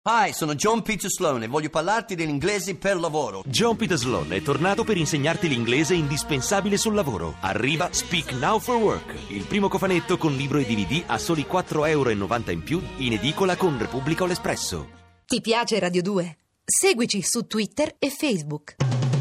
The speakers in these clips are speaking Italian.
Hi, sono John Peter Sloan e voglio parlarti dell'inglese per lavoro. John Peter Sloan è tornato per insegnarti l'inglese indispensabile sul lavoro. Arriva Speak Now for Work, il primo cofanetto con libro e DVD a soli €4,90 in più in edicola con Repubblica o l'Espresso. Ti piace Radio 2? Seguici su Twitter e Facebook.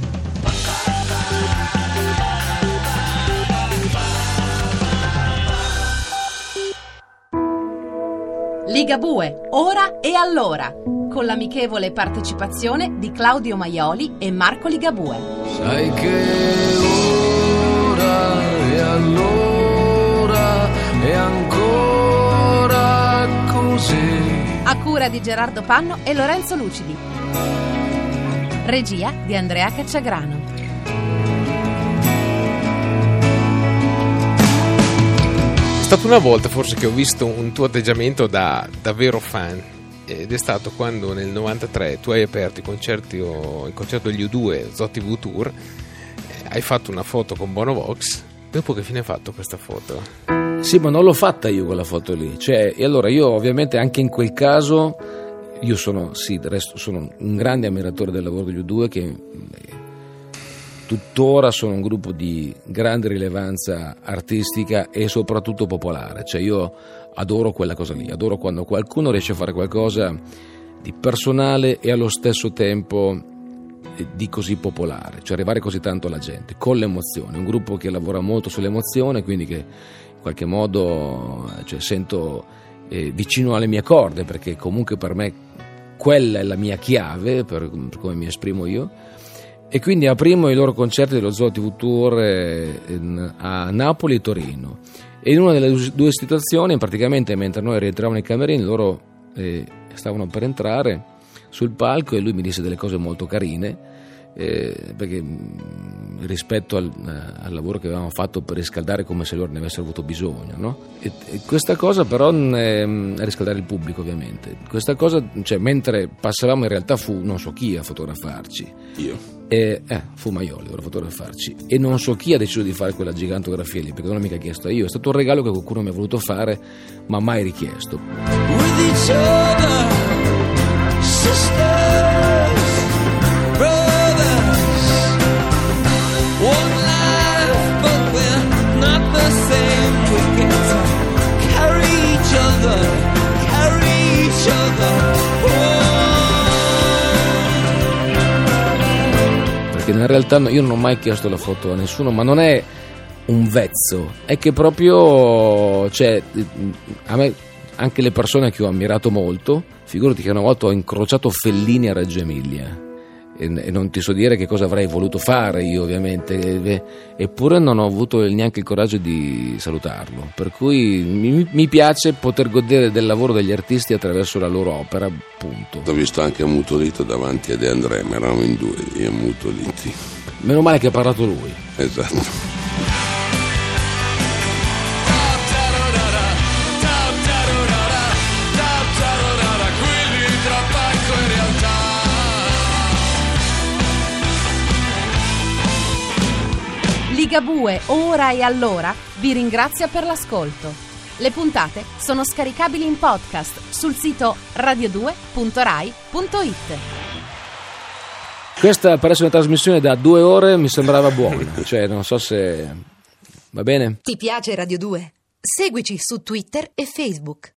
Ligabue, ora e allora, con l'amichevole partecipazione di Claudio Maioli e Marco Ligabue. Sai che ora e allora è ancora così. A cura di Gerardo Panno e Lorenzo Lucidi. Regia di Andrea Cacciagrano. È stata una volta forse che ho visto un tuo atteggiamento da vero fan, ed è stato quando nel 93 tu hai aperto il concerto degli U2 ZOTV Tour, hai fatto una foto con Bono Vox. Dopo che fine hai fatto questa foto? Sì, ma non l'ho fatta io quella foto lì, e allora io ovviamente anche in quel caso io sono un grande ammiratore del lavoro degli U2, che tuttora sono un gruppo di grande rilevanza artistica e soprattutto popolare. Io adoro quella cosa lì, adoro quando qualcuno riesce a fare qualcosa di personale e allo stesso tempo di così popolare, arrivare così tanto alla gente, con l'emozione. Un gruppo che lavora molto sull'emozione, quindi che in qualche modo sento vicino alle mie corde, perché comunque per me quella è la mia chiave per come mi esprimo io. E quindi aprimmo i loro concerti dello ZOTV Tour a Napoli e Torino, e in una delle due situazioni, praticamente mentre noi rientravamo nei camerini, loro stavano per entrare sul palco e lui mi disse delle cose molto carine, perché rispetto al lavoro che avevamo fatto per riscaldare, come se loro ne avessero avuto bisogno, no? E questa cosa però a riscaldare il pubblico, ovviamente, questa cosa, mentre passavamo, in realtà fu non so chi a fotografarci. Io? Fu Maioli a fotografarci, e non so chi ha deciso di fare quella gigantografia lì, perché non l'ho mica chiesto io. È stato un regalo che qualcuno mi ha voluto fare ma mai richiesto. With each other, sisters, brothers, one life, but we're not the same. We get to carry each other, Perché nella realtà io non ho mai chiesto la foto a nessuno, ma non è un vezzo, è che proprio a me, anche le persone che ho ammirato molto, figurati che una volta ho incrociato Fellini a Reggio Emilia e non ti so dire che cosa avrei voluto fare io, ovviamente, eppure non ho avuto neanche il coraggio di salutarlo, per cui mi piace poter godere del lavoro degli artisti attraverso la loro opera, punto. L'ho visto anche ammutolito davanti a De André, ma eravamo in due lì ammutoliti. Meno male che ha parlato lui. Esatto. Ligabue, ora e allora, vi ringrazia per l'ascolto. Le puntate sono scaricabili in podcast sul sito radio2.rai.it. Questa per essere una trasmissione da 2 ore mi sembrava buona, non so se va bene. Ti piace Radio 2? Seguici su Twitter e Facebook.